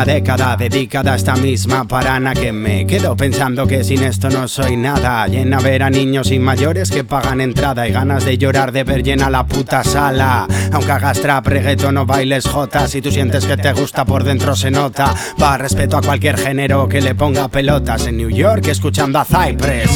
una década dedicada a esta misma parana que me quedo pensando que sin esto no soy nada. Llena ver a niños y mayores que pagan entrada y ganas de llorar de ver llena la puta sala. Aunque hagas trap, reggaeton o bailes jota, si tú sientes que te gusta por dentro se nota. Va, respeto a cualquier género que le ponga pelotas. En New York escuchando a Cypress.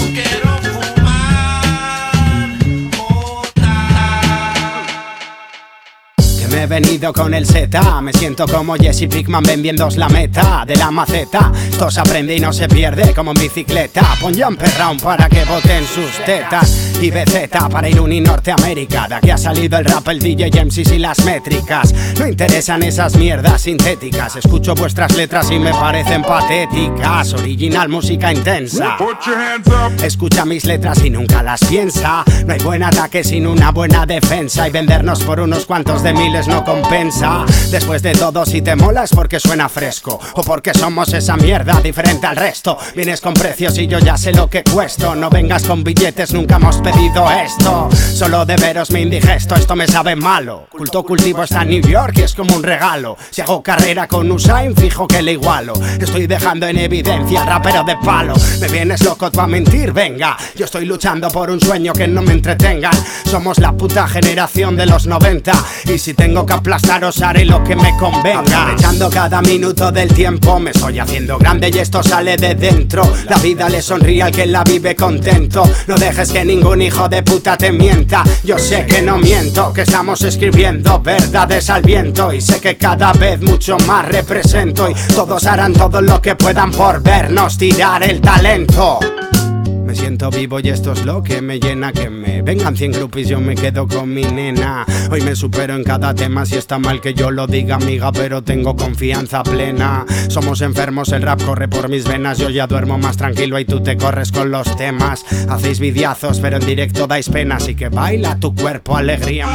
Me he venido con el Z, me siento como Jesse Pinkman vendiéndoos la meta de la maceta. Esto se aprende y no se pierde como en bicicleta. Pon Jumper Round para que boten sus tetas. Y BZ para Irún y Norteamérica. De aquí ha salido el rap, el DJ, MCs y las métricas. No interesan esas mierdas sintéticas. Escucho vuestras letras y me parecen patéticas. Original, música intensa. Escucha mis letras y nunca las piensa. No hay buen ataque sin una buena defensa. Y vendernos por unos cuantos de miles no compensa. Después de todo, si te mola es porque suena fresco o porque somos esa mierda diferente al resto. Vienes con precios y yo ya sé lo que cuesto. No vengas con billetes, nunca hemos pedido esto. Solo de veros me indigesto, esto me sabe malo. Culto cultivo está en New York y es como un regalo. Si hago carrera con Usain, fijo que le igualo. Estoy dejando en evidencia al rapero de palo. Me vienes loco tú a mentir, venga. Yo estoy luchando por un sueño que no me entretengan. Somos la puta generación de los 90. Y si tengo que aplastaros haré lo que me convenga. Aprovechando cada minuto del tiempo me estoy haciendo grande y esto sale de dentro. La vida le sonríe al que la vive contento. No dejes que ningún hijo de puta te mienta. Yo sé que no miento, que estamos escribiendo verdades al viento. Y sé que cada vez mucho más represento. Y todos harán todo lo que puedan por vernos tirar el talento. Me siento vivo y esto es lo que me llena. Que me vengan 100 groupies, yo me quedo con mi nena. Hoy me supero en cada tema, si está mal que yo lo diga, amiga, pero tengo confianza plena. Somos enfermos, el rap corre por mis venas. Yo ya duermo más tranquilo y tú te corres con los temas. Hacéis videazos, pero en directo dais pena. Así que baila tu cuerpo, alegría.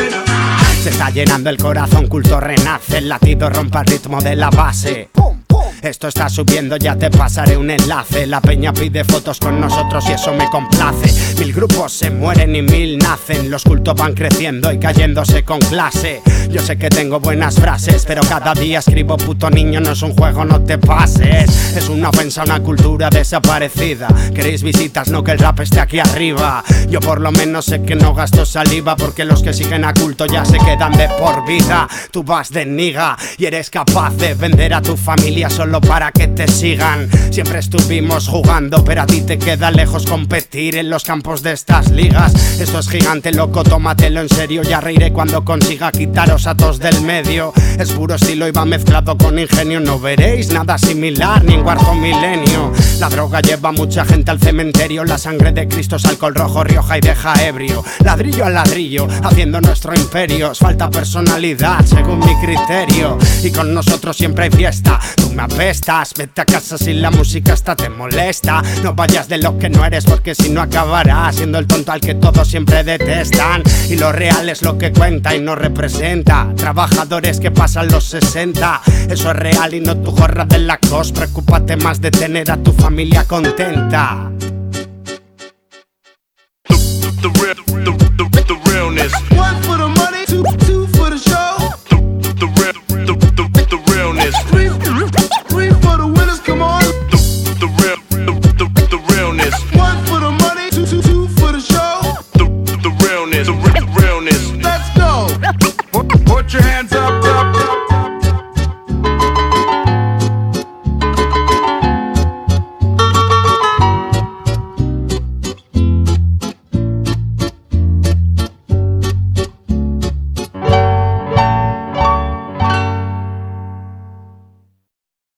Se está llenando el corazón, culto renace. El latido rompa el ritmo de la base. Esto está subiendo, ya te pasaré un enlace. La peña pide fotos con nosotros y eso me complace. 1000 grupos se mueren y 1000 nacen. Los cultos van creciendo y cayéndose con clase. Yo sé que tengo buenas frases, pero cada día escribo puto niño, no es un juego, no te pases. Es una ofensa a una cultura desaparecida. Queréis visitas, no que el rap esté aquí arriba. Yo por lo menos sé que no gasto saliva, porque los que siguen a culto ya se quedan de por vida. Tú vas de niga y eres capaz de vender a tu familia solo para que te sigan. Siempre estuvimos jugando, pero a ti te queda lejos competir en los campos de estas ligas. Esto es gigante, loco, tómatelo en serio. Ya reiré cuando consiga quitaros a todos del medio. Es puro estilo y va mezclado con ingenio. No veréis nada similar ni en cuarto milenio. La droga lleva mucha gente al cementerio. La sangre de Cristo es alcohol rojo, Rioja y deja ebrio. Ladrillo a ladrillo, haciendo nuestro imperio. Os falta personalidad, según mi criterio. Y con nosotros siempre hay fiesta. Tú me apestas, vete a casa si la música hasta te molesta. No vayas de lo que no eres, porque si no acabarás siendo el tonto al que todos siempre detestan. Y lo real es lo que cuenta y no representa. Trabajadores que pasan los 60. Eso es real y no tu jorra de la cos. Preocúpate más de tener a tu familia contenta. The